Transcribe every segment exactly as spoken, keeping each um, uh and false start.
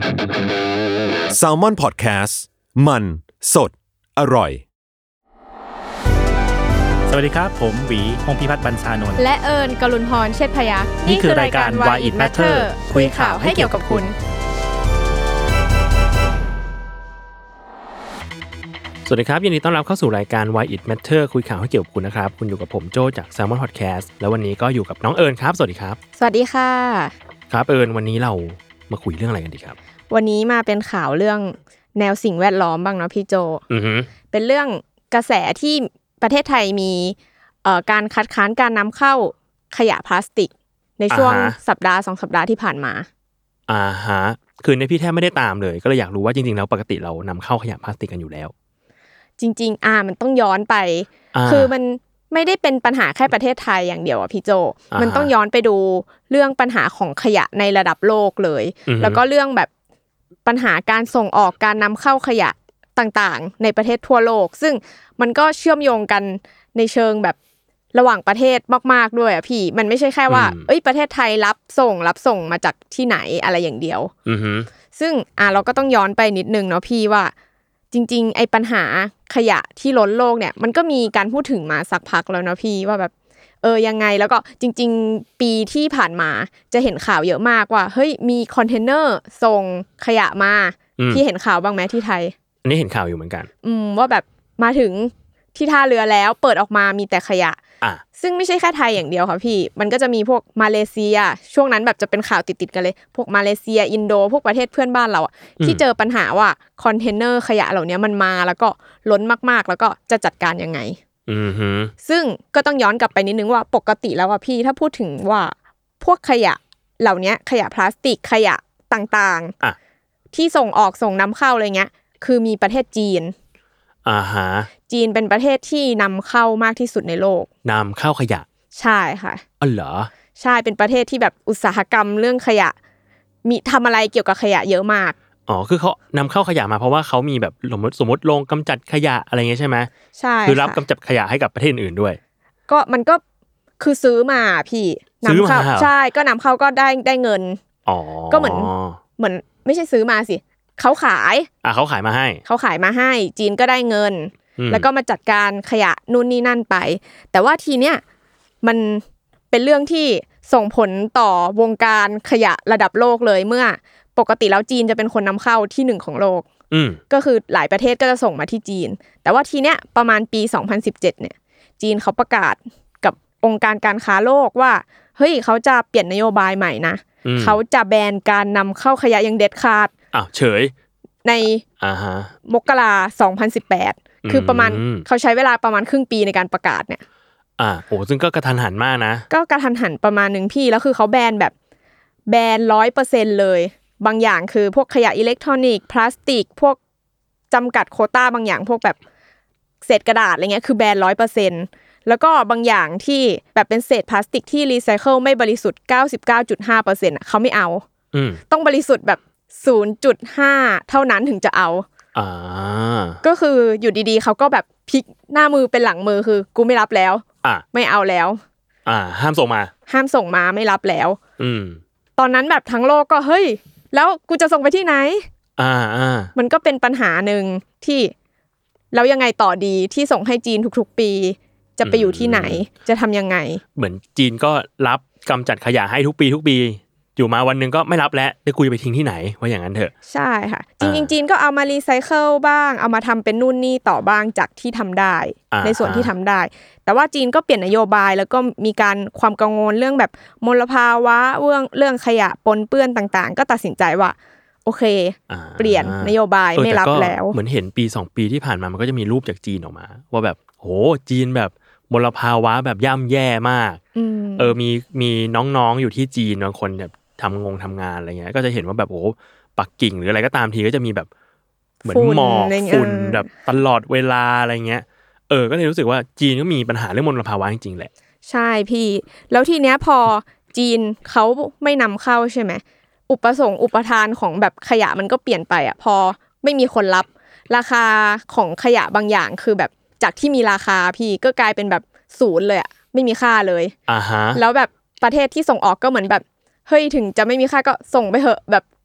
Salmon Podcast มันสดอร่อยสวัสดีครับผมหวีพงษ์พิพัฒน์บรรชานนท์และเอิญกลุนพรเชษฐพยัคฆ์นี่คือรายการ Why It Matter คุยข่าวให้เกี่ยวกับคุณสวัสดีครับยินดีต้อนรับเข้าสู่รายการ Why It Matter คุยข่าวให้เกี่ยวกับคุณนะครับคุณอยู่กับผมโจจาก Salmon Podcast แล้ววันนี้ก็อยู่กับน้องเอิญครับสวัสดีครับสวัสดีค่ะครับเอิญวันนี้เรามาคุยเรื่องอะไรกันดีครับวันนี้มาเป็นข่าวเรื่องแนวสิ่งแวดล้อมบ้างเนาะพี่โจอือฮึเป็นเรื่องกระแสที่ประเทศไทยมีเอ่อการคัดค้านการนำเข้าขยะพลาสติกในช่วงสัปดาห์สองสัปดาห์ที่ผ่านมาอ่าฮะคือในพี่แทบไม่ได้ตามเลยก็เลยอยากรู้ว่าจริงๆแล้วปกติเรานำเข้าขยะพลาสติกกันอยู่แล้วจริงๆอ่ามันต้องย้อนไปคือมันไม่ได้เป็นปัญหาแค่ประเทศไทยอย่างเดียวอ่ะพี่โจมันต้องย้อนไปดูเรื่องปัญหาของขยะในระดับโลกเลยแล้วก็เรื่องแบบปัญหาการส่งออกการนำเข้าขยะต่างๆในประเทศทั่วโลกซึ่งมันก็เชื่อมโยงกันในเชิงแบบระหว่างประเทศมากๆด้วยอ่ะพี่มันไม่ใช่แค่ว่าเอ้ยประเทศไทยรับส่งรับส่งมาจากที่ไหนอะไรอย่างเดียวซึ่งอ่ะเราก็ต้องย้อนไปนิดนึงเนาะพี่ว่าจริงๆไอ้ปัญหาขยะที่ล้นโลกเนี่ยมันก็มีการพูดถึงมาสักพักแล้วเนาะพี่ว่าแบบเออยังไงแล้วก็จริงๆปีที่ผ่านมาจะเห็นข่าวเยอะมากว่าเฮ้ยมีคอนเทนเนอร์ส่งขยะมาพี่เห็นข่าวบ้างไหมที่ไทยอันนี้เห็นข่าวอยู่เหมือนกันอืมว่าแบบมาถึงที่ท่าเรือแล้วเปิดออกมามีแต่ขยะอ่ะซึ่งไม่ใช่แค่ไทยอย่างเดียวค่ะพี่มันก็จะมีพวกมาเลเซียช่วงนั้นแบบจะเป็นข่าวติดๆกันเลยพวกมาเลเซียอินโดพวกประเทศเพื่อนบ้านเราอ่ะที่เจอปัญหาว่าคอนเทนเนอร์ขยะเหล่านี้มันมาแล้วก็ล้นมากๆแล้วก็จะจัดการยังไงอือฮึซึ่งก็ต้องย้อนกลับไปนิดนึงว่าปกติแล้วอ่ะพี่ถ้าพูดถึงว่าพวกขยะเหล่านี้ขยะพลาสติกขยะต่างๆอ่ะที่ส่งออกส่งนำเข้าอะไรเงี้ยคือมีประเทศจีนอ่าฮะจีนเป็นประเทศที่นำเข้ามากที่สุดในโลกนำเข้าขยะใช่ค่ะอ๋อเหรอใช่เป็นประเทศที่แบบอุตสาหกรรมเรื่องขยะมีทำอะไรเกี่ยวกับขยะเยอะมากอ๋อคือเขานำเข้าขยะมาเพราะว่าเขามีแบบสมมติสมมติโรงกำจัดขยะอะไรเงี้ยใช่ไหมใช่คือรับกำจัดขยะให้กับประเทศอื่นด้วยก็มันก็คือซื้อมาพี่นำเข้าใช่ก็นำเข้าก็ได้ได้เงินอ๋อก็เหมือนเหมือนไม่ใช่ซื้อมาสิเขาขายอ่ะเขาขายมาให้เขาขายมาให้จีนก็ได้เงินแล้วก็มาจัดการขยะนู่นนี่นั่นไปแต่ว่าทีเนี้ยมันเป็นเรื่องที่ส่งผลต่อวงการขยะระดับโลกเลยเมื่อปกติแล้วจีนจะเป็นคนนำเข้าที่หนึ่งของโลกก็คือหลายประเทศก็จะส่งมาที่จีนแต่ว่าทีเนี้ยประมาณปีสองพันสิบเจ็ดเนี่ยจีนเขาประกาศกับองค์การการค้าโลกว่าเฮ้ยเขาจะเปลี่ยนนโยบายใหม่นะเขาจะแบนการนำเข้าขยะอย่างเด็ดขาดอ้าวเฉยในอ่าฮะมกราคมสองพันสิบแปดคือประมาณเขาใช้เวลาประมาณครึ่งปีในการประกาศเนี่ยอ่าโอ้ซึ่งก็กระทันหันมากนะก็กระทันหันประมาณนึงพี่แล้วคือเขาแบนแบบแบน ร้อยเปอร์เซ็นต์ เลยบางอย่างคือพวกขยะอิเล็กทรอนิกส์พลาสติกพวกจำกัดโควต้าบางอย่างพวกแบบเศษกระดาษอะไรเงี้ยคือแบน ร้อยเปอร์เซ็นต์ แล้วก็บางอย่างที่แบบเป็นเศษพลาสติกที่รีไซเคิลไม่บริสุทธิ์ เก้าสิบเก้าจุดห้าเปอร์เซ็นต์ อ่ะเขาไม่เอาอืมต้องบริสุทธิ์แบบ ศูนย์จุดห้า เท่านั้นถึงจะเอาอ่าก็คืออยู่ดีๆเขาก็แบบพลิกหน้ามือเป็นหลังมือคือกูไม่รับแล้วอ่ะไม่เอาแล้วอ่าห้ามส่งมาห้ามส่งมาไม่รับแล้วอืมตอนนั้นแบบทั้งโลกก็เฮ้ยแล้วกูจะส่งไปที่ไหนอ่าอ่ามันก็เป็นปัญหานึงที่แล้วยังไงต่อดีที่ส่งให้จีนทุกๆปีจะไปอยู่ที่ไหนจะทำยังไงเหมือนจีนก็รับกำจัดขยะให้ทุกปีทุกปีอยู่มาวันนึงก็ไม่รับแล้วจะคุยไปทิ้งที่ไหนว่าอย่างนั้นเถอะใช่ค่ะจริงๆจีนก็เอามารีไซเคิลบ้างเอามาทำเป็นนู่นนี่ต่อบ้างจากที่ทำได้ในส่วนที่ทำได้แต่ว่าจีนก็เปลี่ยนนโยบายแล้วก็มีการความกังวลเรื่องแบบมลภาวะเรื่องเรื่องขยะปนเปื้อนต่างๆก็ตัดสินใจว่าโอเคเปลี่ยนนโยบายไม่รับแล้วเหมือนเห็นปีสองปีที่ผ่านมามันก็จะมีรูปจากจีนออกมาว่าแบบโหจีนแบบมลภาวะแบบย่ำแย่มากเออมีมีน้องๆอยู่ที่จีนบางคนแบบทำงงทำงานอะไรเงี้ยก็จะเห็นว่าแบบโอ้ปักกิ่งหรืออะไรก็ตามทีก็จะมีแบบเหมือนหมอกฝุ่นแบบตลอดเวลาอะไรเงี้ยเออก็เลยรู้สึกว่าจีนก็มีปัญหาเรื่องมลภาวะจริงๆแหละใช่พี่แล้วทีเนี้ยพอจีนเขาไม่นำเข้าใช่ไหมอุปสงค์อุปทานของแบบขยะมันก็เปลี่ยนไปอ่ะพอไม่มีคนรับราคาของขยะบางอย่างคือแบบจากที่มีราคาพี่ก็กลายเป็นแบบศูนย์เลยอ่ะไม่มีค่าเลยอ่าฮะแล้วแบบประเทศที่ส่งออกก็เหมือนแบบเฮ้ยถึงจะไม่มีค่าก็ส่งไปเหอะแบบ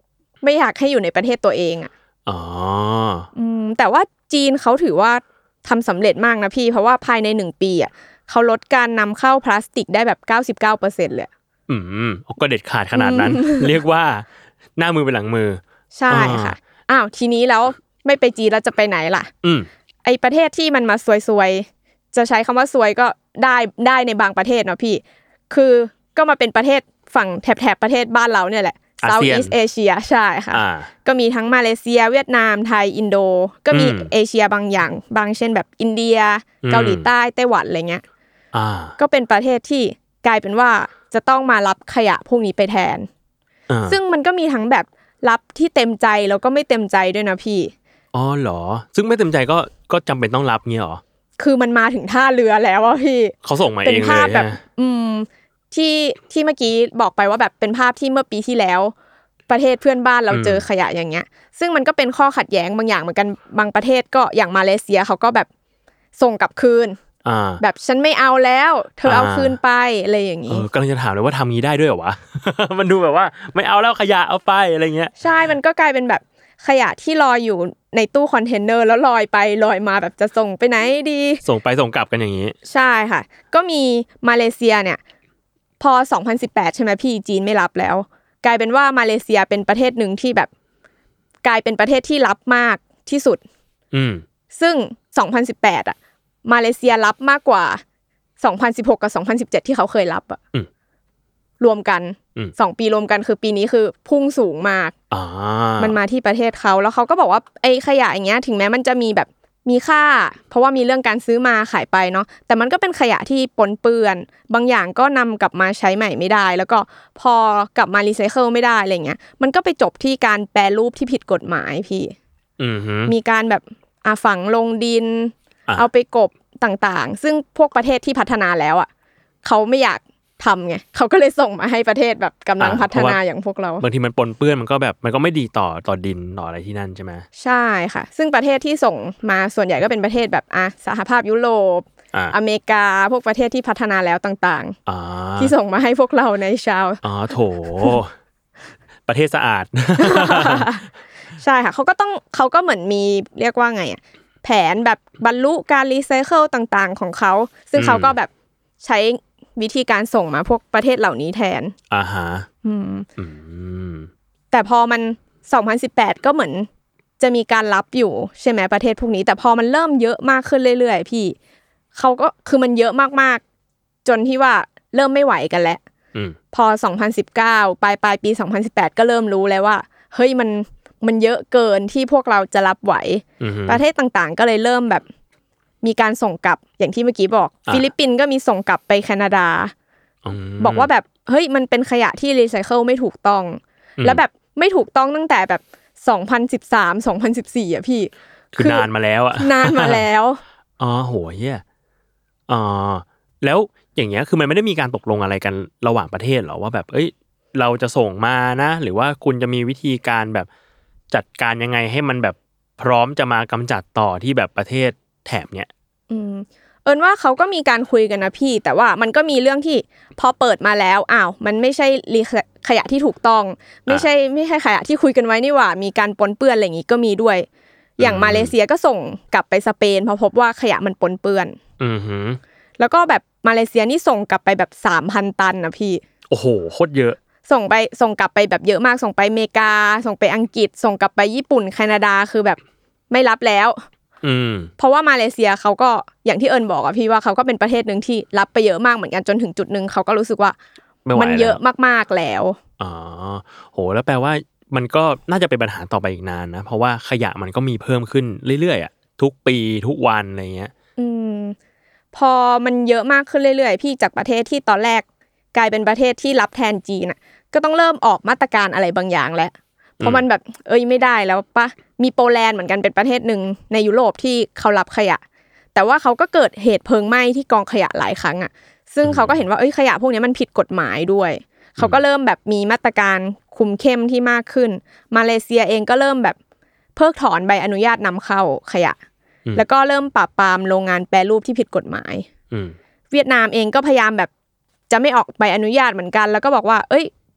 ไม่อยากให้อยู่ในประเทศตัวเองอ่ะอ๋ออืมแต่ว่าจีนเขาถือว่าทำสำเร็จมากนะพี่เพราะว่าภายในหนึ่งปีอ่ะเขาลดการนำเข้าพลาสติกได้แบบ เก้าสิบเก้าเปอร์เซ็นต์ เลยอืมก็เด็ดขาดขนาดนั้น เรียกว่าหน้ามือเป็นหลังมือใช่ค่ะอ้าวทีนี้แล้วไม่ไปจีนแล้วจะไปไหนล่ะอืมไอประเทศที่มันมาซวยๆจะใช้คำว่าซวยก็ได้ได้ในบางประเทศเนาะพี่คือก็มาเป็นประเทศฝั่งแถบๆประเทศบ้านเราเนี่ยแหละ Southeast Asia ใช่ค่ะก็มีทั้งมาเลเซียเวียดนามไทยอินโดก็มีเอเชียบางอย่างบางเช่นแบบอินเดียเกาหลีใต้ไต้หวันอะไรเงี้ยก็เป็นประเทศที่กลายเป็นว่าจะต้องมารับขยะพวกนี้ไปแทนซึ่งมันก็มีทั้งแบบรับที่เต็มใจแล้วก็ไม่เต็มใจด้วยนะพี่อ๋อเหรอซึ่งไม่เต็มใจก็ก็จำเป็นต้องรับเงี้ยหรอคือมันมาถึงท่าเรือแล้วอ่ะพี่เขาส่งมาเองเลยเป็นภาพแบบอืมที่ที่เมื่อกี้บอกไปว่าแบบเป็นภาพที่เมื่อปีที่แล้วประเทศเพื่อนบ้านเราเจอขยะอย่างเงี้ยซึ่งมันก็เป็นข้อขัดแย้งบางอย่างเหมือนกันบางประเทศก็อย่างมาเลเซียเขาก็แบบส่งกลับคืนแบบฉันไม่เอาแล้วเธอเอาคืนไปอะไรอย่างงี้เออกำลังจะถามเลยว่าทำงี้ได้ด้วยเหรอวะ มันดูแบบว่าไม่เอาแล้วขยะเอาไปอะไรเงี้ยใช่มันก็กลายเป็นแบบขยะที่ลอยอยู่ในตู้คอนเทนเนอร์แล้วลอยไปลอยมาแบบจะส่งไปไหนดีส่งไปส่งกลับกันอย่างงี้ใช่ค่ะก็มีมาเลเซียเนี่ยพอสองพันสิบแปดใช่ไหมพี่จีนไม่รับแล้วกลายเป็นว่ามาเลเซียเป็นประเทศหนึ่งที่แบบกลายเป็นประเทศที่รับมากที่สุดอืมซึ่งสองพันสิบแปดอ่ะมาเลเซียรับมากกว่าสองพันสิบหกกับสองพันสิบเจ็ดที่เขาเคยรับอ่ะรวมกันสองปีรวมกันคือปีนี้คือพุ่งสูงมากมันมาที่ประเทศเขาแล้วเขาก็บอกว่าไอ้ขยะอย่างเงี้ยถึงแม้มันจะมีแบบมีค่าเพราะว่ามีเรื่องการซื้อมาขายไปเนาะแต่มันก็เป็นขยะที่ปนเปื้อนบางอย่างก็นำกลับมาใช้ใหม่ไม่ได้แล้วก็พอกลับมารีไซเคิลไม่ได้อะไรเงี้ยมันก็ไปจบที่การแปรรูปที่ผิดกฎหมายพี่มีการแบบอ่ะฝังลงดินเอาไปกบต่างๆซึ่งพวกประเทศที่พัฒนาแล้วอ่ะเขาไม่อยากทำไงเขาก็เลยส่งมาให้ประเทศแบบกำลังพัฒนาอย่างพวกเราบางทีมันปนเปื้อนมันก็แบบมันก็ไม่ดีต่อต่อดินต่ออะไรที่นั่นใช่ไหมใช่ค่ะซึ่งประเทศที่ส่งมาส่วนใหญ่ก็เป็นประเทศแบบอ่ะสหภาพยุโรปอเมริกาพวกประเทศที่พัฒนาแล้วต่างๆที่ส่งมาให้พวกเราในชาวอ๋อโถประเทศสะอาดใช่ค่ะเขาก็ต้องเขาก็เหมือนมีเรียกว่าไงอ่ะแผนแบบบรรลุการรีไซเคิลต่างๆของเขาซึ่งเขาก็แบบใช้วิธีการส่งมาพวกประเทศเหล่านี้แทนอ่าฮะอืมอืมแต่พอมันสองพันสิบแปดก็เหมือนจะมีการรับอยู่ใช่ไหมประเทศพวกนี้แต่พอมันเริ่มเยอะมากขึ้นเรื่อยๆพี่เขาก็คือมันเยอะมากๆจนที่ว่าเริ่มไม่ไหวกันแล้วพอสองพันสิบเก้าปลายปลายปีสองพันสิบแปดก็เริ่มรู้แล้วว่าเฮ้ยมันมันเยอะเกินที่พวกเราจะรับไหวประเทศต่างๆก็เลยเริ่มแบบมีการส่งกลับอย่างที่เมื่อกี้บอกฟิลิปปินส์ก็มีส่งกลับไปแคนาดาบอกว่าแบบเฮ้ยมันเป็นขยะที่รีไซเคิลไม่ถูกต้องแล้วแบบไม่ถูกต้องตั้งแต่แบบสองพันสิบสาม สองพันสิบสี่อ่ะพี่คือนานมาแล้วอ่ะนานมาแล้วอ๋อโหเหี้ยอ๋อแล้วอย่างเงี้ยคือมันไม่ได้มีการตกลงอะไรกันระหว่างประเทศหรอว่าแบบเอ้ยเราจะส่งมานะหรือว่าคุณจะมีวิธีการแบบจัดการยังไงให้มันแบบพร้อมจะมากำจัดต่อที่แบบประเทศแถบเนี้ยอืมเอิญว่าเขาก็มีการคุยกันนะพี่แต่ว่ามันก็มีเรื่องที่พอเปิดมาแล้วอ้าวมันไม่ใช่ขยะที่ถูกต้องไม่ใช่ไม่ใช่ขยะที่คุยกันไว้นี่หว่ามีการปนเปื้อนอะไรอย่างงี้ก็มีด้วยอย่างมาเลเซียก็ส่งกลับไปสเปนเพราะพบว่าขยะมันปนเปื้อนอือฮึแล้วก็แบบมาเลเซียนี่ส่งกลับไปแบบ สามพัน ตันนะพี่โอ้โหโคตรเยอะส่งไปส่งกลับไปแบบเยอะมากส่งไปอเมริกาส่งไปอังกฤษส่งกลับไปญี่ปุ่นแคนาดาคือแบบไม่รับแล้วเพราะว่ามาเลเซียเขาก็อย่างที่เอิญบอกอะพี่ว่าเขาก็เป็นประเทศนึงที่รับไปเยอะมากเหมือนกันจนถึงจุดนึงเขาก็รู้สึกว่ามันเยอะมากๆแล้วอ๋อโหแล้วแปลว่ามันก็น่าจะเป็นปัญหาต่อไปอีกนานนะเพราะว่าขยะมันก็มีเพิ่มขึ้นเรื่อยๆอะทุกปีทุกวันอะไรเงี้ยอืมพอมันเยอะมากขึ้นเรื่อยๆพี่จากประเทศที่ตอนแรกกลายเป็นประเทศที่รับแทนจีนอะก็ต้องเริ่มออกมาตรการอะไรบางอย่างแล้วเพราะมันแบบเอ้ยไม่ได้แล้วปะมีโปแลนด์เหมือนกันเป็นประเทศหนึ่งในยุโรปที่เขารับขยะแต่ว่าเขาก็เกิดเหตุเพลิงไหม้ที่กองขยะหลายครั้งอ่ะซึ่งเขาก็เห็นว่าเอ้ยขยะพวกนี้มันผิดกฎหมายด้วยเขาก็เริ่มแบบมีมาตรการคุมเข้มที่มากขึ้นมาเลเซียเองก็เริ่มแบบเพิกถอนใบอนุญาตนำเข้าขยะแล้วก็เริ่มปราบปรามโรงงานแปรรูปที่ผิดกฎหมายเวียดนามเองก็พยายามแบบจะไม่ออกใบอนุญาตเหมือนกันแล้วก็บอกว่าเอ้ย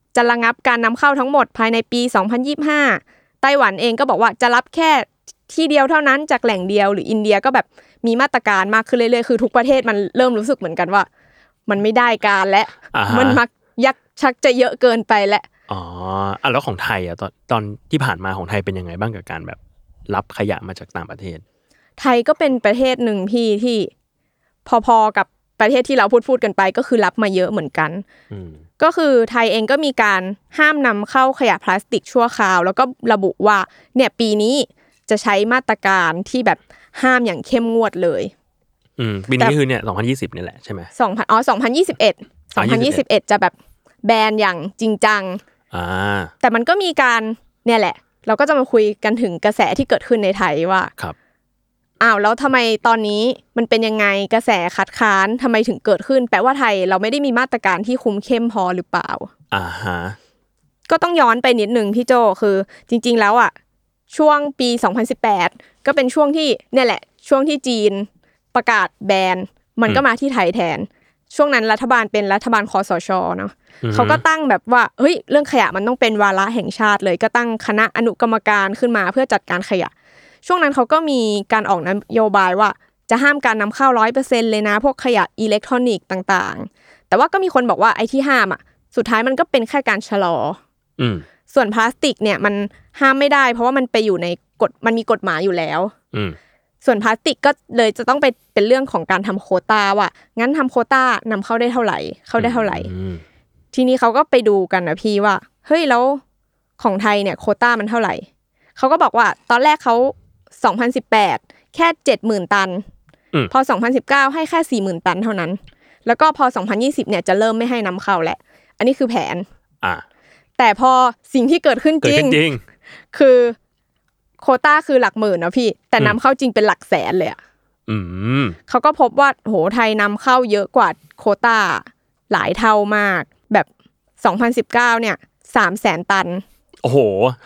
จะระงับการนำเข้าทั้งหมดภายในปีสองพันยี่สิบห้าไต้หวันเองก็บอกว่าจะรับแค่ที่เดียวเท่านั้นจากแหล่งเดียวหรืออินเดียก็แบบมีมาตรการมากขึ้นเรื่อยๆคือทุกประเทศมันเริ่มรู้สึกเหมือนกันว่ามันไม่ได้การและมันมักยักชักจะเยอะเกินไปและอ๋ออ่ะแล้วของไทยอ่ะตอนตอนที่ผ่านมาของไทยเป็นยังไงบ้างกับการแบบรับขยะมาจากต่างประเทศไทยก็เป็นประเทศหนึ่งพี่ที่พอๆกับประเทศที่เราพูดพูดกันไปก็คือรับมาเยอะเหมือนกันก็คือไทยเองก็มีการห้ามนำเข้าขยะพลาสติกชั่วคราวแล้วก็ระบุว่าเนี่ยปีนี้จะใช้มาตรการที่แบบห้ามอย่างเข้มงวดเลยอืมปีนี้คือเนี่ยสองพันยี่สิบนี่แหละใช่ไหมสองพันอ๋อสองพันยี่สิบเอ็ด สองพันยี่สิบเอ็ดจะแบบแบนอย่างจริงจังอ่าแต่มันก็มีการเนี่ยแหละเราก็จะมาคุยกันถึงกระแสที่เกิดขึ้นในไทยว่าครับอ้าวแล้วทำไมตอนนี้มันเป็นยังไงกระแสคัดค้านทำไมถึงเกิดขึ้นแปลว่าไทยเราไม่ได้มีมาตรการที่คุมเข้มพอหรือเปล่าอ่าฮะก็ต้องย้อนไปนิดนึงพี่โจคือจริงๆแล้วอ่ะช่วงปีสองพันสิบแปดก็เป็นช่วงที่เนี่ยแหละช่วงที่จีนประกาศแบนมันก็มาที่ไทยแทนช่วงนั้นรัฐบาลเป็นรัฐบาลคสช.เนาะเขาก็ตั้งแบบว่าเฮ้ยเรื่องขยะมันต้องเป็นวาระแห่งชาติเลยก็ตั้งคณะอนุกรรมการขึ้นมาเพื่อจัดการขยะช่วงนั้นเขาก็มีการออกนโยบายว่าจะห้ามการนำเข้า ร้อยเปอร์เซ็นต์ เลยนะพวกขยะอิเล็กทรอนิกส์ต่างๆแต่ว่าก็มีคนบอกว่าไอ้ที่ห้ามอ่ะสุดท้ายมันก็เป็นแค่การชะลออืมส่วนพลาสติกเนี่ยมันห้ามไม่ได้เพราะว่ามันไปอยู่ในกฎมันมีกฎหมายอยู่แล้วอืมส่วนพลาสติกก็เลยจะต้องไปเป็นเรื่องของการทำโควต้าว่างั้นทำโควต้านำเข้าได้เท่าไหร่เข้าได้เท่าไหร่ทีนี้เขาก็ไปดูกันนะพี่ว่าเฮ้ยแล้วของไทยเนี่ยโควต้ามันเท่าไหร่เขาก็บอกว่าตอนแรกเขาสองพันสิบแปดแค่ เจ็ดหมื่น ตันพอสองพันสิบเก้าให้แค่ สี่หมื่น ตันเท่านั้นแล้วก็พอสองพันยี่สิบเนี่ยจะเริ่มไม่ให้นำเข้าแหละอันนี้คือแผนอ่าแต่พอสิ่งที่เกิดขึ้นจริงคือโควต้าคือหลักหมื่นนะพี่แต่นำเข้าจริงเป็นหลักแสนเลยอ่ะเขาก็พบว่าโหไทยนำเข้าเยอะกว่าโควต้าหลายเท่ามากแบบสองพันสิบเก้าเนี่ย สามแสน ตันโอ้โห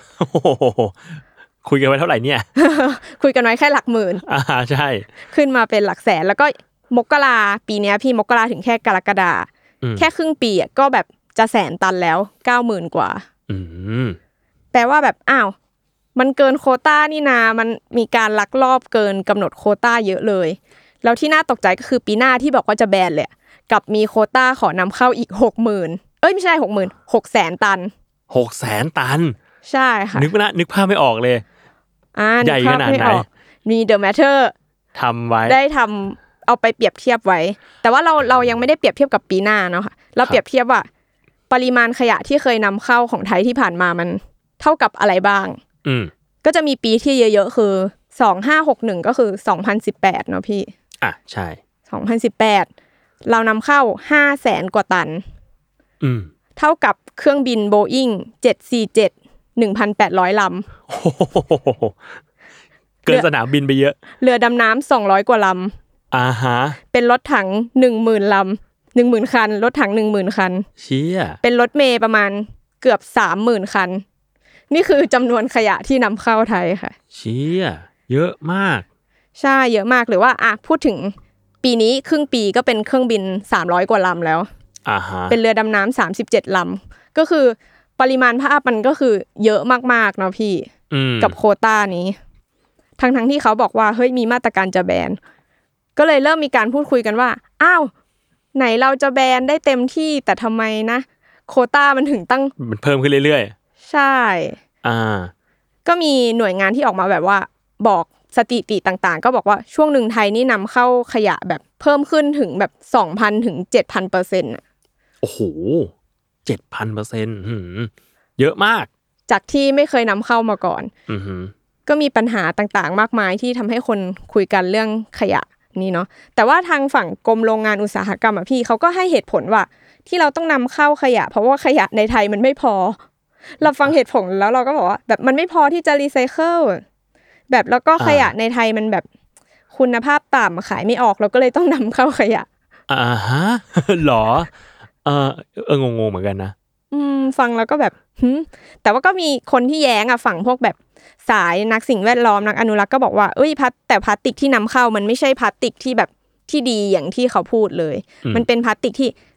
คุยกันไว้เท่าไหร่เนี่ยคุยกันไว้แค่หลักหมื่นอ่าใช่ขึ้นมาเป็นหลักแสนแล้วก็มกราปีนี้พี่มกราถึงแค่กรกฎาแค่ครึ่งปีอ่ะก็แบบจะแสนตันแล้ว เก้าหมื่น กว่าอืมแปลว่าแบบอ้าวมันเกินโควต้านี่นามันมีการลักลอบเกินกำหนดโควต้าเยอะเลยแล้วที่น่าตกใจก็คือปีหน้าที่บอกว่าจะแบนเลยกับมีโควต้าขอนำเข้าอีก หกหมื่น เอ้ยไม่ใช่ หกหมื่น หกแสน ตันหกแสน ตันใช่ค่ะนึกนะนึกภาพไม่ออกเลยอ่าใหญ่ขนาดไหนมี The Matter ทำไว้ได้ทำเอาไปเปรียบเทียบไว้แต่ว่าเราเรายังไม่ได้เปรียบเทียบกับปีหน้าเนาะค่ะเราเปรียบเทียบว่าปริมาณขยะที่เคยนำเข้าของไทยที่ผ่านมามันเท่ากับอะไรบ้างอืมก็จะมีปีที่เยอะๆคือสองพันห้าร้อยหกสิบเอ็ดก็คือสองพันสิบแปดเนาะพี่อ่ะใช่สองพันสิบแปดเรานำเข้า ห้าแสน กว่าตันอืมเท่ากับเครื่องบิน Boeing เจ็ดสี่เจ็ด หนึ่งพันแปดร้อย ลำเกินสนามบินไปเยอะเรือดำน้ำสองร้อยกว่าลำอ่าฮะเป็นรถถัง หนึ่งหมื่น ลำ หนึ่งหมื่น คันรถถัง หนึ่งหมื่น คันเชี่ยเป็นรถเมล์ประมาณเกือบ สามหมื่น คันนี่คือจำนวนขยะที่นำเข้าไทยค่ะเชี่ยเยอะมากใช่เยอะมากหรือว่าอ่ะพูดถึงปีนี้ครึ่งปีก็เป็นเครื่องบินสามร้อยกว่าลำแล้วอ่าฮะเป็นเรือดำน้ำสามสิบเจ็ดลำก็คือปริมาณภาพมันก็คือเยอะมากๆเนาะพี่กับโควต้านี้ทั้งๆที่เขาบอกว่าเฮ้ยมีมาตรการจะแบนก็เลยเริ่มมีการพูดคุยกันว่าอ้าวไหนเราจะแบนได้เต็มที่แต่ทำไมนะโควต้ามันถึงตั้งมันเพิ่มขึ้นเรื่อยๆใช่อ่าก็มีหน่วยงานที่ออกมาแบบว่าบอกสถิติต่างๆก็บอกว่าช่วงหนึ่งไทยนี่นำเข้าขยะแบบเพิ่มขึ้นถึงแบบ สองพัน ถึง เจ็ดพันเปอร์เซ็นต์ น่ะโอ้โห เจ็ดพันเปอร์เซ็นต์ หือเยอะมากจากที่ไม่เคยนำเข้ามาก่อนอือฮึก็มีปัญหาต่างๆมากมายที่ทำให้คนคุยกันเรื่องขยะนี่เนาะแต่ว่าทางฝั่งกรมโรงงานอุตสาหกรรมอ่ะพี่เขาก็ให้เหตุผลว่าที่เราต้องนำเข้าขยะเพราะว่าขยะในไทยมันไม่พอเราฟังเหตุผลแล้วเราก็บอกว่าแบบมันไม่พอที่จะรีไซเคิลแบบแล้วก็ขยะในไทยมันแบบคุณภาพต่ำขายไม่ออกเราก็เลยต้องนำเข้าขยะอ่าฮะหรอเออเอองงๆเหมือนกันนะอืมฟังแล้วก็แบบหึแต่ว่าก็มีคนที่แย้งอ่ะฝั่งพวกแบบสายนักสิ่งแวดล้อมนักอนุรักษ์ก็บอกว่าเอ้ยพลาสแต่พลาสติกที่นำเข้ามันไม่ใช่พลาสติกที่แบบที่ดีอย่างที่เขาพูดเลยมันเป็นพลาสติกที่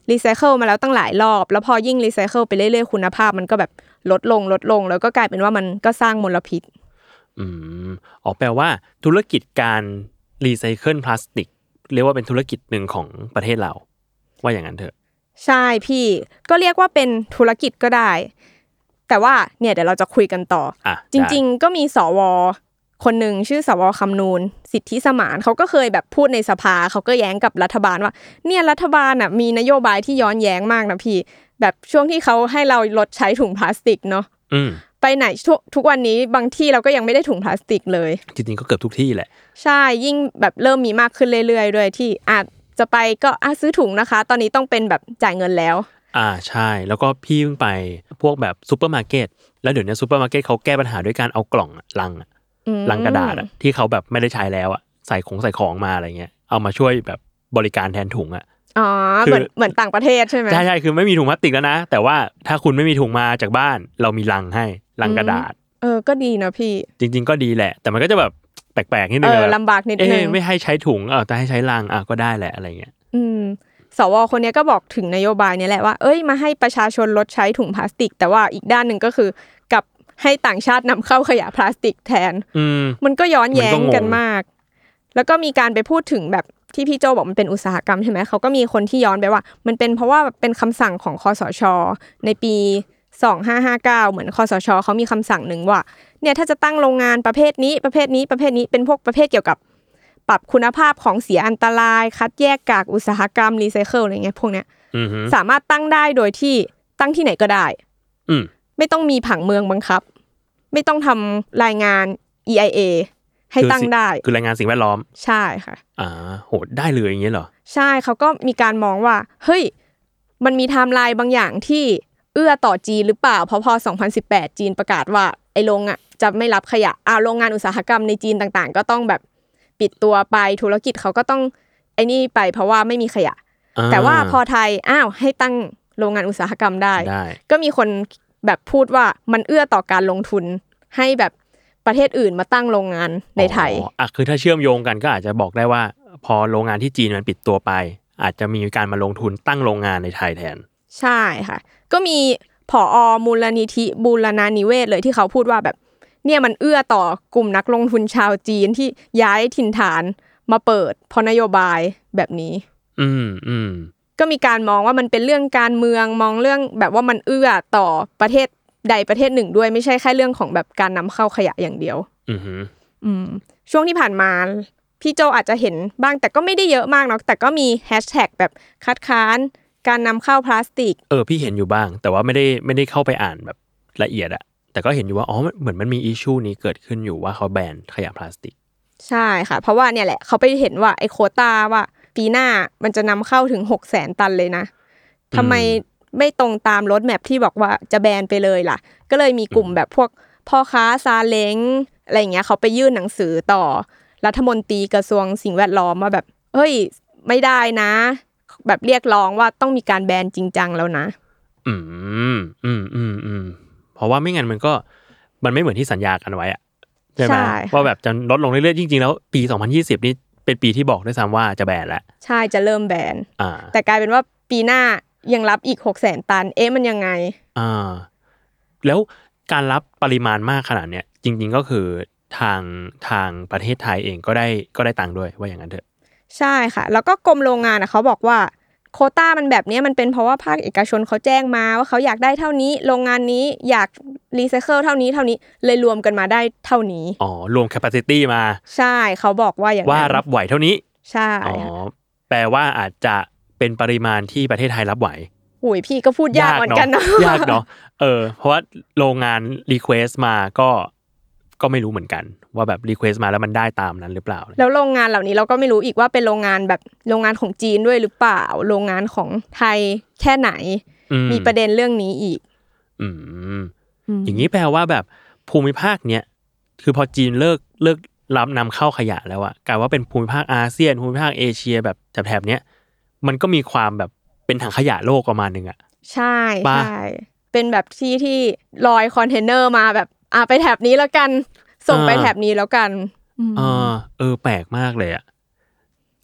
รีไซเคิลมาแล้วตั้งหลายรอบแล้วพอยิ่งรีไซเคิลไปเรื่อยๆคุณภาพมันก็แบบลดลงลดลงแล้วก็กลายเป็นว่ามันก็สร้างมลพิษอืมอ๋อแปลว่าธุรกิจการรีไซเคิลพลาสติกเรียกว่าเป็นธุรกิจหนึ่งของประเทศเราว่าอย่างนั้นเถอะใช่พี่ก็เรียกว่าเป็นธุรกิจก็ได้แต่ว่าเนี่ยเดี๋ยวเราจะคุยกันต่ออ่ะจริงๆก็มีสวคนหนึ่งชื่อสวคำนูนสิทธิสมานเขาก็เคยแบบพูดในสภาเขาก็แย้งกับรัฐบาลว่าเนี่ยรัฐบาลน่ะมีนโยบายที่ย้อนแย้งมากนะพี่แบบช่วงที่เขาให้เราลดใช้ถุงพลาสติกเนาะไปไหนทุกวันนี้บางที่เราก็ยังไม่ได้ถุงพลาสติกเลยจริงๆก็เกือบทุกที่แหละใช่ยิ่งแบบเริ่มมีมากขึ้นเรื่อยๆด้วยที่อาจจะไปก็อ่ะซื้อถุงนะคะตอนนี้ต้องเป็นแบบจ่ายเงินแล้วอ่าใช่แล้วก็พี่เพิ่งไปพวกแบบซุปเปอร์มาร์เก็ตแล้วเดี๋ยวนี้ซุปเปอร์มาร์เก็ตเขาแก้ปัญหาด้วยการเอากล่องลังลังกระดาษอ่ะที่เขาแบบไม่ได้ใช้แล้วอ่ะใส่ของใส่ของมาอะไรเงี้ยเอามาช่วยแบบบริการแทนถุงอ่ะอ๋อเหมือนเหมือนต่างประเทศใช่ไหมใช่ใช่คือไม่มีถุงพลาสติกแล้วนะแต่ว่าถ้าคุณไม่มีถุงมาจากบ้านเรามีลังให้ลังกระดาษเออก็ดีนะพี่จริงๆก็ดีแหละแต่มันก็จะแบบแปลกๆนิดนึงเออลำบากนิดนึงเอ๊ะไม่ให้ใช้ถุงเออแต่ให้ใช้ลังอ่ะก็ได้แหละอะไรเงี้ยอืมสวคนนี้ก็บอกถึงนโยบายนี้แหละว่าเอ้ยมาให้ประชาชนลดใช้ถุงพลาสติกแต่ว่าอีกด้านนึงก็คือกับให้ต่างชาตินำเข้าขยะพลาสติกแทนมันก็ย้อนแย้งกันมากแล้วก็มีการไปพูดถึงแบบที่พี่โจบอกมันเป็นอุตสาหกรรมใช่ไหมเขาก็มีคนที่ย้อนไปว่ามันเป็นเพราะว่าเป็นคำสั่งของคสช.ในปีสองพันห้าร้อยห้าสิบเก้าเหมือนคสช.เขามีคำสั่งหนึ่งว่าเนี่ยถ้าจะตั้งโรงงานประเภทนี้ประเภทนี้ประเภทนี้เป็นพวกประเภทเกี่ยวกับปรับคุณภาพของเสียอันตรายคัดแยกกากอุตสาหกรรมรีไซเคิลอะไรเงี้ยพวกเนี้ยสามารถตั้งได้โดยที่ตั้งที่ไหนก็ได้ไม่ต้องมีผังเมืองบังคับไม่ต้องทำรายงาน อี ไอ เอ ให้ตั้งได้คือรายงานสิ่งแวดล้อมใช่ค่ะอ่าโหได้เลยอย่างเงี้ยเหรอใช่เขาก็มีการมองว่าเฮ้ยมันมีไทม์ไลน์บางอย่างที่เอื้อต่อจีนหรือเปล่าเพราะพอสองพันสิบแปดจีนประกาศว่าไอ้โรงอ่ะจะไม่รับขยะอ่าโรงงานอุตสาหกรรมในจีนต่างๆก็ต้องแบบปิดตัวไปธุรกิจเขาก็ต้องไอ้นี่ไปเพราะว่าไม่มีขยะแต่ว่าพอไทยอ้าวให้ตั้งโรงงานอุตสาหกรรมได้ก็มีคนแบบพูดว่ามันเอื้อต่อการลงทุนให้แบบประเทศอื่นมาตั้งโรงงานในไทยอ๋ออ่ะคือถ้าเชื่อมโยงกันก็อาจจะบอกได้ว่าพอโรงงานที่จีนมันปิดตัวไปอาจจะมีการมาลงทุนตั้งโรงงานในไทยแทนใช่ค่ะก็มีผอ.มูลนิธิบูรณานิเวศเลยที่เขาพูดว่าแบบเนี่ยมันเอื้อต่อกลุ่มนักลงทุนชาวจีนที่ย้ายถิ่นฐานมาเปิดเพราะนโยบายแบบนี้อืมอืมก็มีการมองว่ามันเป็นเรื่องการเมืองมองเรื่องแบบว่ามันเอื้อต่อประเทศใดประเทศหนึ่งด้วยไม่ใช่แค่เรื่องของแบบการนำเข้าขยะอย่างเดียวอือฮึอืมช่วงที่ผ่านมาพี่โจอาจจะเห็นบ้างแต่ก็ไม่ได้เยอะมากเนาะแต่ก็มีแฮชแท็กแบบคัดค้านการนำเข้าพลาสติกเออพี่เห็นอยู่บ้างแต่ว่าไม่ได้ไม่ได้เข้าไปอ่านแบบละเอียดอะแต่ก็เห็นอยู่ว่าอ๋อเหมือนมันมีอิชชูนี้เกิดขึ้นอยู่ว่าเขาแบนขยะพลาสติกใช่ค่ะเพราะว่าเนี่ยแหละเขาไปเห็นว่าไอ้โควต้าว่าปีหน้ามันจะนำเข้าถึง หกแสน ตันเลยนะทำไมไม่ตรงตามโรดแมพที่บอกว่าจะแบนไปเลยล่ะก็เลยมีกลุ่มแบบพวกพ่อค้าซาเล้งอะไรอย่างเงี้ยเขาไปยื่นหนังสือต่อรัฐมนตรีกระทรวงสิ่งแวดล้อมว่าแบบเฮ้ยไม่ได้นะแบบเรียกร้องว่าต้องมีการแบนจริงจังแล้วนะอืมอืมอืมอืมเพราะว่าไม่งั้นมันก็มันไม่เหมือนที่สัญญากันไว้อะใช่ไหมว่าแบบจะลดลงเรื่อยๆจริงๆแล้วปีสองพันยี่สิบนี่เป็นปีที่บอกด้วยซ้ำว่าจะแบนแล้วใช่จะเริ่มแบนอ่าแต่กลายเป็นว่าปีหน้ายังรับอีก หกแสน ตันเอ๊ะมันยังไงอ่าแล้วการรับปริมาณมากขนาดเนี้ยจริงๆก็คือทางทางประเทศไทยเองก็ได้ก็ได้ตังค์ด้วยว่าอย่างนั้นเถอะใช่ค่ะแล้วก็กรมโรงงานอ่ะเขาบอกว่าโควต้ามันแบบนี้มันเป็นเพราะว่าภาคเอกชนเขาแจ้งมาว่าเขาอยากได้เท่านี้โรงงานนี้อยากรีไซเคิลเท่านี้เท่านี้เลยรวมกันมาได้เท่านี้อ๋อรวมแคปาซิตี้มาใช่เขาบอกว่าอย่างนั้นว่ารับไหวเท่านี้ใช่อ๋อแปลว่าอาจจะเป็นปริมาณที่ประเทศไทยรับไหวหุยพี่ก็พูดยากเหมือนกันเนาะยากเนาะเออเพราะว่าโรงงานรีเควสมาก็ก็ไม่รู้เหมือนกันว่าแบบรีเควสมาแล้วมันได้ตามนั้นหรือเปล่าแล้วโรงงานเหล่านี้เราก็ไม่รู้อีกว่าเป็นโรงงานแบบโรงงานของจีนด้วยหรือเปล่าโรงงานของไทยแค่ไหนมีประเด็นเรื่องนี้อีกอืมอย่างนี้แปลว่าแบบภูมิภาคเนี้ยคือพอจีนเลิกเลิกรับนำเข้าขยะแล้วอะกลายว่าเป็นภูมิภาคอาเซียนภูมิภาคเอเชียแบบแถบๆเนี้ยมันก็มีความแบบเป็นถังขยะโลกประมาณนึงอะใช่ใช่เป็นแบบที่ที่ลอยคอนเทนเนอร์มาแบบอ่ะไปแถบนี้แล้วกันส่งไปแถบนี้แล้วกันเออเออแปลกมากเลยอะแ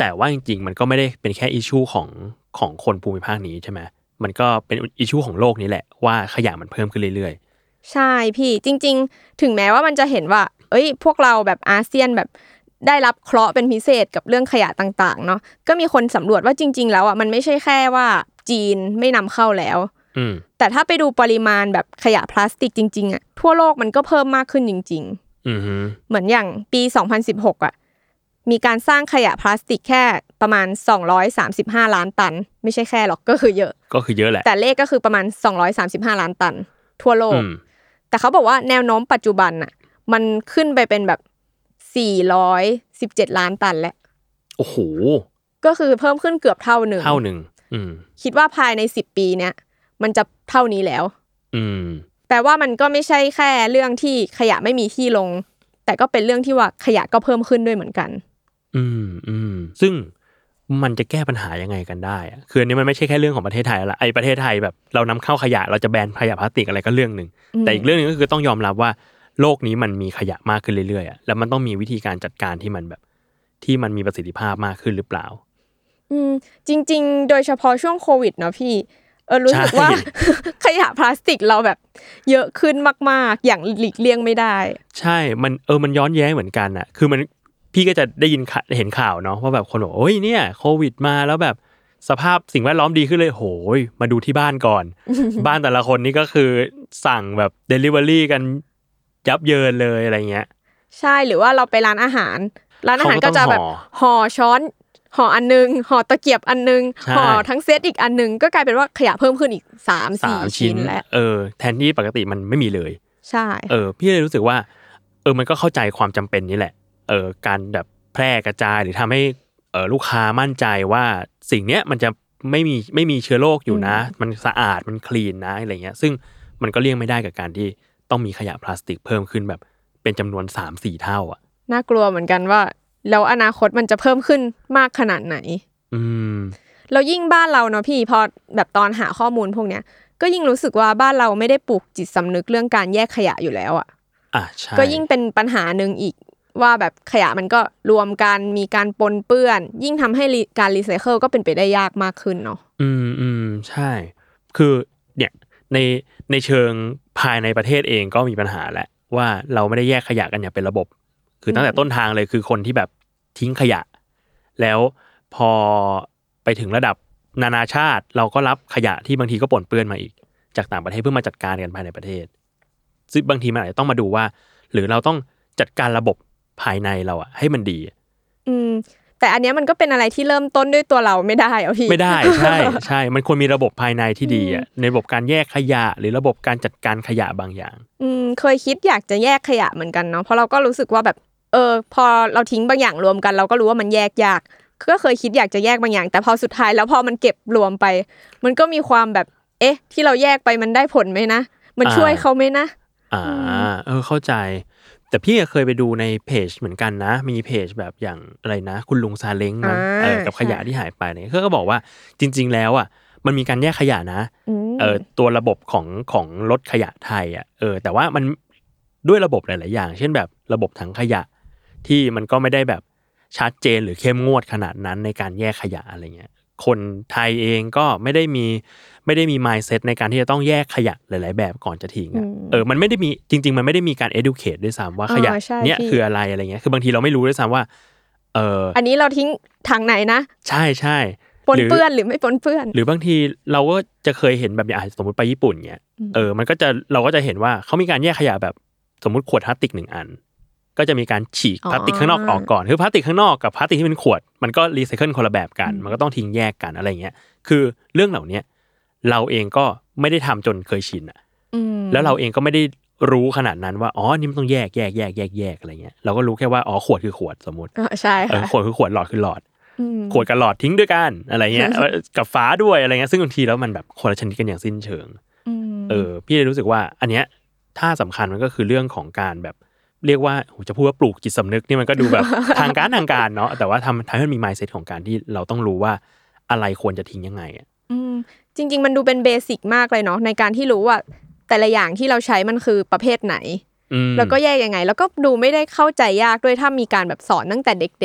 แต่ว่าจริงๆมันก็ไม่ได้เป็นแค่อิชชูของของคนภูมิภาคนี้ใช่ไหมมันก็เป็นอิชชูของโลกนี้แหละว่าขยะมันเพิ่มขึ้นเรื่อยๆใช่พี่จริงๆถึงแม้ว่ามันจะเห็นว่าเอ้ยพวกเราแบบอาเซียนแบบได้รับเคราะห์เป็นพิเศษกับเรื่องขยะต่างๆเนาะก็มีคนสำรวจว่าจริงๆแล้วอ่ะมันไม่ใช่แค่ว่าจีนไม่นำเข้าแล้วแต่ถ้าไปดูปริมาณแบบขยะพลาสติกจริงๆอ่ะทั่วโลกมันก็เพิ่มมากขึ้นจริงๆเหมือนอย่างปีสองพันสิบหกอ่ะมีการสร้างขยะพลาสติกแค่ประมาณสองร้อยสามสิบห้าล้านตันไม่ใช่แค่หรอกก็คือเยอะก็คือเยอะแหละแต่เลขก็คือประมาณสองร้อยสามสิบห้าล้านตันทั่วโลกแต่เขาบอกว่าแนวโน้มปัจจุบันน่ะมันขึ้นไปเป็นแบบสี่ร้อยสิบเจ็ดล้านตันแล้วโอ้โหก็คือเพิ่มขึ้นเกือบเท่านึงเท่านึงอืมคิดว่าภายในสิบปีเนี้ยมันจะเท่านี้แล้วอืมแปลว่ามันก็ไม่ใช่แค่เรื่องที่ขยะไม่มีที่ลงแต่ก็เป็นเรื่องที่ว่าขยะก็เพิ่มขึ้นด้วยเหมือนกันอืมอืมซึ่งมันจะแก้ปัญหายังไงกันได้อะคืออันนี้มันไม่ใช่แค่เรื่องของประเทศไทยละไอ้ประเทศไทยแบบเรานำเข้าขยะเราจะแบนขยะพลาสติกอะไรก็เรื่องนึงแต่อีกเรื่องนึงก็คือต้องยอมรับว่าโลกนี้มันมีขยะมากขึ้นเรื่อยๆอ่ะแล้วมันต้องมีวิธีการจัดการที่มันแบบที่มันมีประสิทธิภาพมากขึ้นหรือเปล่าอืมจริงๆโดยเฉพาะช่วงโควิดเนาะพี่เออรู้สึกว่าขยะพลาสติกเราแบบเยอะขึ้นมากๆอย่างหลีกเลี่ยงไม่ได้ใช่มันเออมันย้อนแย้งเหมือนกันอ่ะคือมันพี่ก็จะได้ยินเห็นข่าวเนาะว่าแบบคนบอกโอ้ยเนี่ยโควิดมาแล้วแบบสภาพสิ่งแวดล้อมดีขึ้นเลยโหยมาดูที่บ้านก่อน บ้านแต่ละคนนี่ก็คือสั่งแบบ delivery กันยับเยินเลยอะไรเงี้ยใช่หรือว่าเราไปร้านอาหารร้านอาหารก็จะแบบห่อช้อนห่ออันนึงห่อตะเกียบอันนึงห่อทั้งเซตอีกอันนึงก็กลายเป็นว่าขยะเพิ่มขึ้นอีก สามสี่ ชิ้นแล้วเออแทนที่ปกติมันไม่มีเลยใช่เออพี่เลยรู้สึกว่าเออมันก็เข้าใจความจำเป็นนี้แหละเออการแบบแพร่กระจายหรือทำให้เออลูกค้ามั่นใจว่าสิ่งเนี้ยมันจะไม่มีไม่มีเชื้อโรคอยู่นะมันสะอาดมันคลีนนะอะไรเงี้ยซึ่งมันก็เลี่ยงไม่ได้กับการที่ต้องมีขยะพลาสติกเพิ่มขึ้นแบบเป็นจำนวน สามสี่ เท่าอ่ะน่ากลัวเหมือนกันว่าแล้วอนาคตมันจะเพิ่มขึ้นมากขนาดไหนอืมเรายิ่งบ้านเราเนาะพี่พอแบบตอนหาข้อมูลพวกเนี้ยก็ยิ่งรู้สึกว่าบ้านเราไม่ได้ปลูกจิตสำนึกเรื่องการแยกขยะอยู่แล้วอ่ะอ่ะใช่ก็ยิ่งเป็นปัญหานึงอีกว่าแบบขยะมันก็รวมกันมีการปนเปื้อนยิ่งทำให้การรีไซเคิลก็เป็นไปได้ยากมากขึ้นเนาะอืมอืมใช่คือเนี่ยในในเชิงภายในประเทศเองก็มีปัญหาแหละว่าเราไม่ได้แยกขยะกันอย่างเป็นระบบคือตั้งแต่ต้นทางเลยคือคนที่แบบทิ้งขยะแล้วพอไปถึงระดับนานาชาติเราก็รับขยะที่บางทีก็ปนเปื้อนมาอีกจากต่างประเทศเพื่อมาจัดการกันภายในประเทศซึ่งบางทีมันอาจจะต้องมาดูว่าหรือเราต้องจัดการระบบภายในเราอะให้มันดีอืมแต่อันเนี้ยมันก็เป็นอะไรที่เริ่มต้นด้วยตัวเราไม่ได้อ่ะพี่ไม่ได้ใช่ใช่มันควรมีระบบภายในที่ดีอ่ะในระบบการแยกขยะหรือระบบการจัดการขยะบางอย่างอืมเคยคิดอยากจะแยกขยะเหมือนกันเนาะเพราะเราก็รู้สึกว่าแบบเออพอเราทิ้งบางอย่างรวมกันเราก็รู้ว่ามันแยกยากก็เคยคิดอยากจะแยกบางอย่างแต่พอสุดท้ายแล้วพอมันเก็บรวมไปมันก็มีความแบบเอ๊ะที่เราแยกไปมันได้ผลไหมนะมันช่วยเขาไหมนะอ่าเออเข้าใจแต่พี่เคยไปดูในเพจเหมือนกันนะมีเพจแบบอย่างอะไรนะคุณลุงซาเล้งนะเออกับขยะที่หายไปเนี่ยเขาก็บอกว่าจริงๆแล้วอ่ะมันมีการแยกขยะนะเออตัวระบบของของรถขยะไทยอ่ะเออแต่ว่ามันด้วยระบบหลายๆอย่างเช่นแบบระบบถังขยะที่มันก็ไม่ได้แบบชัดเจนหรือเข้มงวดขนาดนั้นในการแยกขยะอะไรเงี้ยคนไทยเองก็ไม่ได้มีไม่ได้มี mindset ในการที่จะต้องแยกขยะหลายๆแบบก่อนจะทิ้งอ่ะเออมันไม่ได้มีจริงๆมันไม่ได้มีการ educate ด้วยซ้ำว่าขยะเนี้ยคืออะไรอะไรเงี้ยคือบางทีเราไม่รู้ด้วยซ้ำว่าเอออันนี้เราทิ้งถังไหนนะใช่ใช่ปนเปื้อนหรือไม่ปนเปื้อนหรือบางทีเราก็จะเคยเห็นแบบอย่างสมมติไปญี่ปุ่นเงี้ยเออมันก็จะเราก็จะเห็นว่าเขามีการแยกขยะแบบสมมติขวดพลาสติกหนึ่งอันก็จะมีการฉีกพลาสติกข้างนอกออกก่อนคือพลาสติกข้างนอกกับพลาสติกที่เป็นขวดมันก็รีไซเคิลคนละแบบกันมันก็ต้องทิ้งแยกกันอะไรเงี้ยคือเรื่องเหล่านี้เราเองก็ไม่ได้ทำจนเคยชินอ่ะแล้วเราเองก็ไม่ได้รู้ขนาดนั้นว่าอ๋อนี่มันต้องแยกแยกแยกแยกแยกอะไรเงี้ยเราก็รู้แค่ว่าอ๋อขวดคือขวดสมมติใช่ค่ะขวดคือขวดหลอดคือหลอดขวดกับหลอดทิ้งด้วยกันอะไรเงี้ยกับฝาด้วยอะไรเงี้ยซึ่งบางทีแล้วมันแบบคนละชนิดกันอย่างสิ้นเชิงเออพี่เลยรู้สึกว่าอันเนี้ยถ้าสำคัญมันก็คือเรื่องของการแบบเรียกว่าจะพูดว่าปลูกจิตสำนึกนี่มันก็ดูแบบทางการทางการเนาะแต่ว่าทำทำให้มันมี mindset ของการที่เราต้องรู้ว่าอะไรควรจะทิ้งยังไงอ่ะอืมจริงๆมันดูเป็นเบสิกมากเลยเนาะในการที่รู้ว่าแต่ละอย่างที่เราใช้มันคือประเภทไหนแล้วก็แยกยังไงแล้วก็ดูไม่ได้เข้าใจยากด้วยถ้ามีการแบบสอนตั้งแต่เด็ก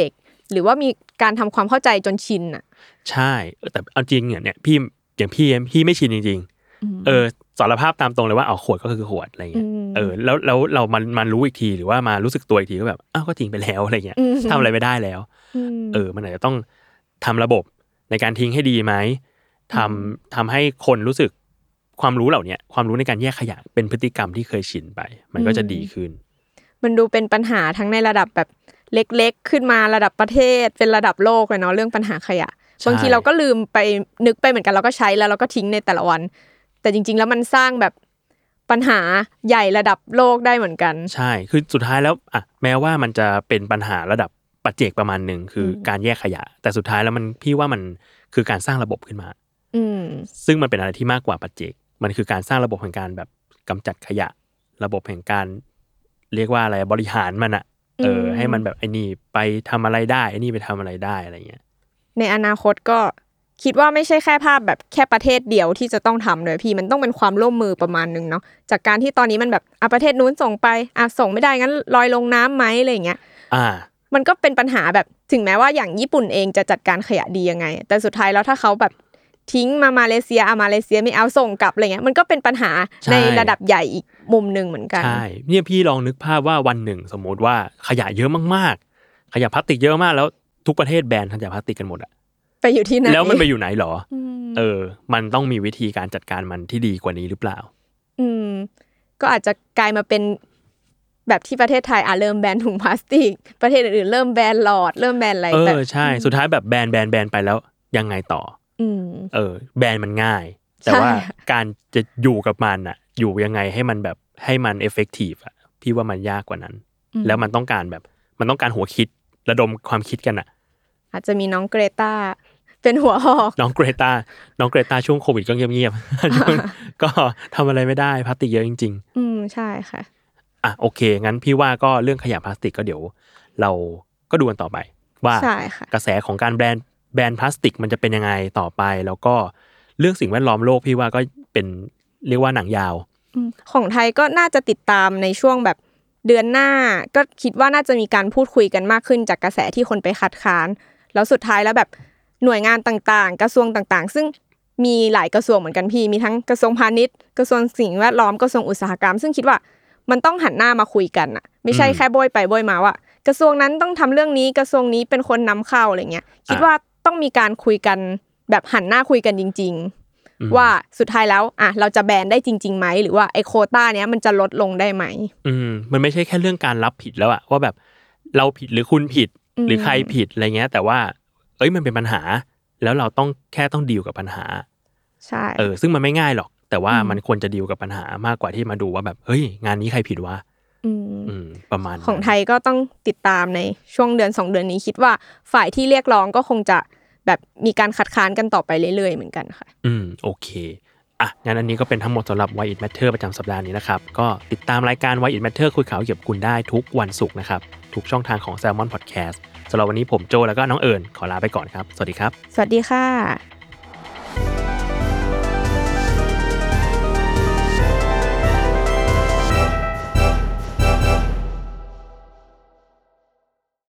หรือว่ามีการทำความเข้าใจจนชินอ่ะใช่แต่เอาจริงเนี่ยพี่อย่างพี่พี่ไม่ชินจริงๆเออสารภาพตามตรงเลยว่าเอาขวดก็คือขวดอะไรเงี้ยเออแล้วแล้วเรามันมันรู้อีกทีหรือว่ามารู้สึกตัวอีกทีก็แบบอ้าวก็ทิ้งไปแล้วอะไรเงี้ยทำอะไรไม่ได้แล้วเออมันอาจจะต้องทำระบบในการทิ้งให้ดีไหมทำทำให้คนรู้สึกความรู้เหล่านี้ความรู้ในการแยกขยะเป็นพฤติกรรมที่เคยชินไปมันก็จะดีขึ้นมันดูเป็นปัญหาทั้งในระดับแบบเล็กๆขึ้นมาระดับประเทศเป็นระดับโลกเลยเนาะเรื่องปัญหาขยะบางทีเราก็ลืมไปนึกไปเหมือนกันเราก็ใช้แล้วเราก็ทิ้งในแต่ละวันแต่จริงๆแล้วมันสร้างแบบปัญหาใหญ่ระดับโลกได้เหมือนกันใช่คือสุดท้ายแล้วอ่ะแม้ว่ามันจะเป็นปัญหาระดับปัจเจกประมาณนึงคือการแยกขยะแต่สุดท้ายแล้วมันพี่ว่ามันคือการสร้างระบบขึ้นมาอืมซึ่งมันเป็นอะไรที่มากกว่าปัจเจกมันคือการสร้างระบบแห่งการแบบกำจัดขยะระบบแห่งการเรียกว่าอะไรบริหารมันอะเออให้มันแบบไอ้นี่ไปทำอะไรได้ไอ้นี่ไปทำอะไรได้อะไรเงี้ยในอนาคตก็คิดว่าไม่ใช่แค่ภาพแบบแค่ประเทศเดียวที่จะต้องทำเลยพี่มันต้องเป็นความร่วมมือประมาณนึงเนาะจากการที่ตอนนี้มันแบบอ่ะประเทศนู้นส่งไปอ่ะส่งไม่ได้งั้นลอยลงน้ำไหมอะไรเงี้ยอ่ามันก็เป็นปัญหาแบบถึงแม้ว่าอย่างญี่ปุ่นเองจะจัดการขยะดียังไงแต่สุดท้ายแล้วถ้าเขาแบบทิ้งมามาเลเซียอ่ะมาเลเซียไม่เอาส่งกลับอะไรเงี้ยมันก็เป็นปัญหาในระดับใหญ่อีกมุมนึงเหมือนกันใช่เนี่ยพี่ลองนึกภาพว่าวันหนึ่งสมมติว่าขยะเยอะมากๆขยะพลาสติกเยอะมากแล้วทุกประเทศแบนขยะพลาสติกกันหมดอะไปอยู่ที่ไหนแล้วมันไปอยู่ไหนหรอเออมันต้องมีวิธีการจัดการมันที่ดีกว่านี้หรือเปล่าอืมก็อาจจะกลายมาเป็นแบบที่ประเทศไทยอ่ะเริ่มแบนถุงพลาสติกประเทศอื่นๆเริ่มแบนหลอดเริ่มแบนอะไรแบบเออใช่สุดท้ายแบบแบนแบนแบนไปแล้วยังไงต่ออืมเออแบนมันง่ายแต่ว่าการจะอยู่กับมันอ่ะอยู่ยังไงให้มันแบบให้มันเอฟเฟกตีฟอ่ะพี่ว่ามันยากกว่านั้นแล้วมันต้องการแบบมันต้องการหัวคิดระดมความคิดกันอ่ะอาจจะมีน้องเกรตาเป็นหัวหอกน้องเกรตาน้องเกรตาช่วงโควิดก็เงียบๆก็ทำอะไรไม่ได้พลาสติกเยอะจริงๆอืมใช่ค่ะอ่ะโอเคงั้นพี่ว่าก็เรื่องขยะพลาสติกก็เดี๋ยวเราก็ดูกันต่อไปว่ากระแสของการแบนแบนพลาสติกมันจะเป็นยังไงต่อไปแล้วก็เรื่องสิ่งแวดล้อมโลกพี่ว่าก็เป็นเรียกว่าหนังยาวของไทยก็น่าจะติดตามในช่วงแบบเดือนหน้าก็คิดว่าน่าจะมีการพูดคุยกันมากขึ้นจากกระแสที่คนไปคัดค้านแล้วสุดท้ายแล้วแบบหน่วยงานต่างๆกระทรวงต่างๆซึ่งมีหลายกระทรวงเหมือนกันพี่มีทั้งกระทรวงพาณิชย์กระทรวงสิ่งแวดล้อมกระทรวงอุตสาหกรรมซึ่งคิดว่ามันต้องหันหน้ามาคุยกันน่ะไม่ใช่แค่โบยไปโบยมาว่ากระทรวงนั้นต้องทำเรื่องนี้กระทรวงนี้เป็นคนนำเข้าอะไรเงี้ยคิดว่าต้องมีการคุยกันแบบหันหน้าคุยกันจริงๆว่าสุดท้ายแล้วอ่ะเราจะแบนได้จริงๆไหมหรือว่าไอ้โควต้าเนี้ยมันจะลดลงได้ไหมอืมมันไม่ใช่แค่เรื่องการรับผิดแล้วอะว่าแบบเราผิดหรือคุณผิดหรือใครผิดอะไรเงี้ยแต่ว่าเอ้ยมันเป็นปัญหาแล้วเราต้องแค่ต้องดีลกับปัญหาใช่เออซึ่งมันไม่ง่ายหรอกแต่ว่ามันควรจะดีลกับปัญหามากกว่าที่มาดูว่าแบบเฮ้ยงานนี้ใครผิดวะอืมประมาณของไทยก็ต้องติดตามในช่วงเดือนสองเดือนนี้คิดว่าฝ่ายที่เรียกร้องก็คงจะแบบมีการคัดค้านกันต่อไปเรื่อยๆเหมือนกันค่ะอืมโอเคอ่ะงั้นอันนี้ก็เป็นทั้งหมดสำหรับ Why It Matter ประจำสัปดาห์นี้นะครับก็ติดตามรายการ Why It Matter คุยข่าวเกี่ยวกับคุณได้ทุกวันศุกร์นะครับทุกช่องทางของ Salmon Podcast สำหรับวันนี้ผมโจแล้วก็น้องเอิญขอลาไปก่อนครับสวัสดีครับสวัสดีค่ะ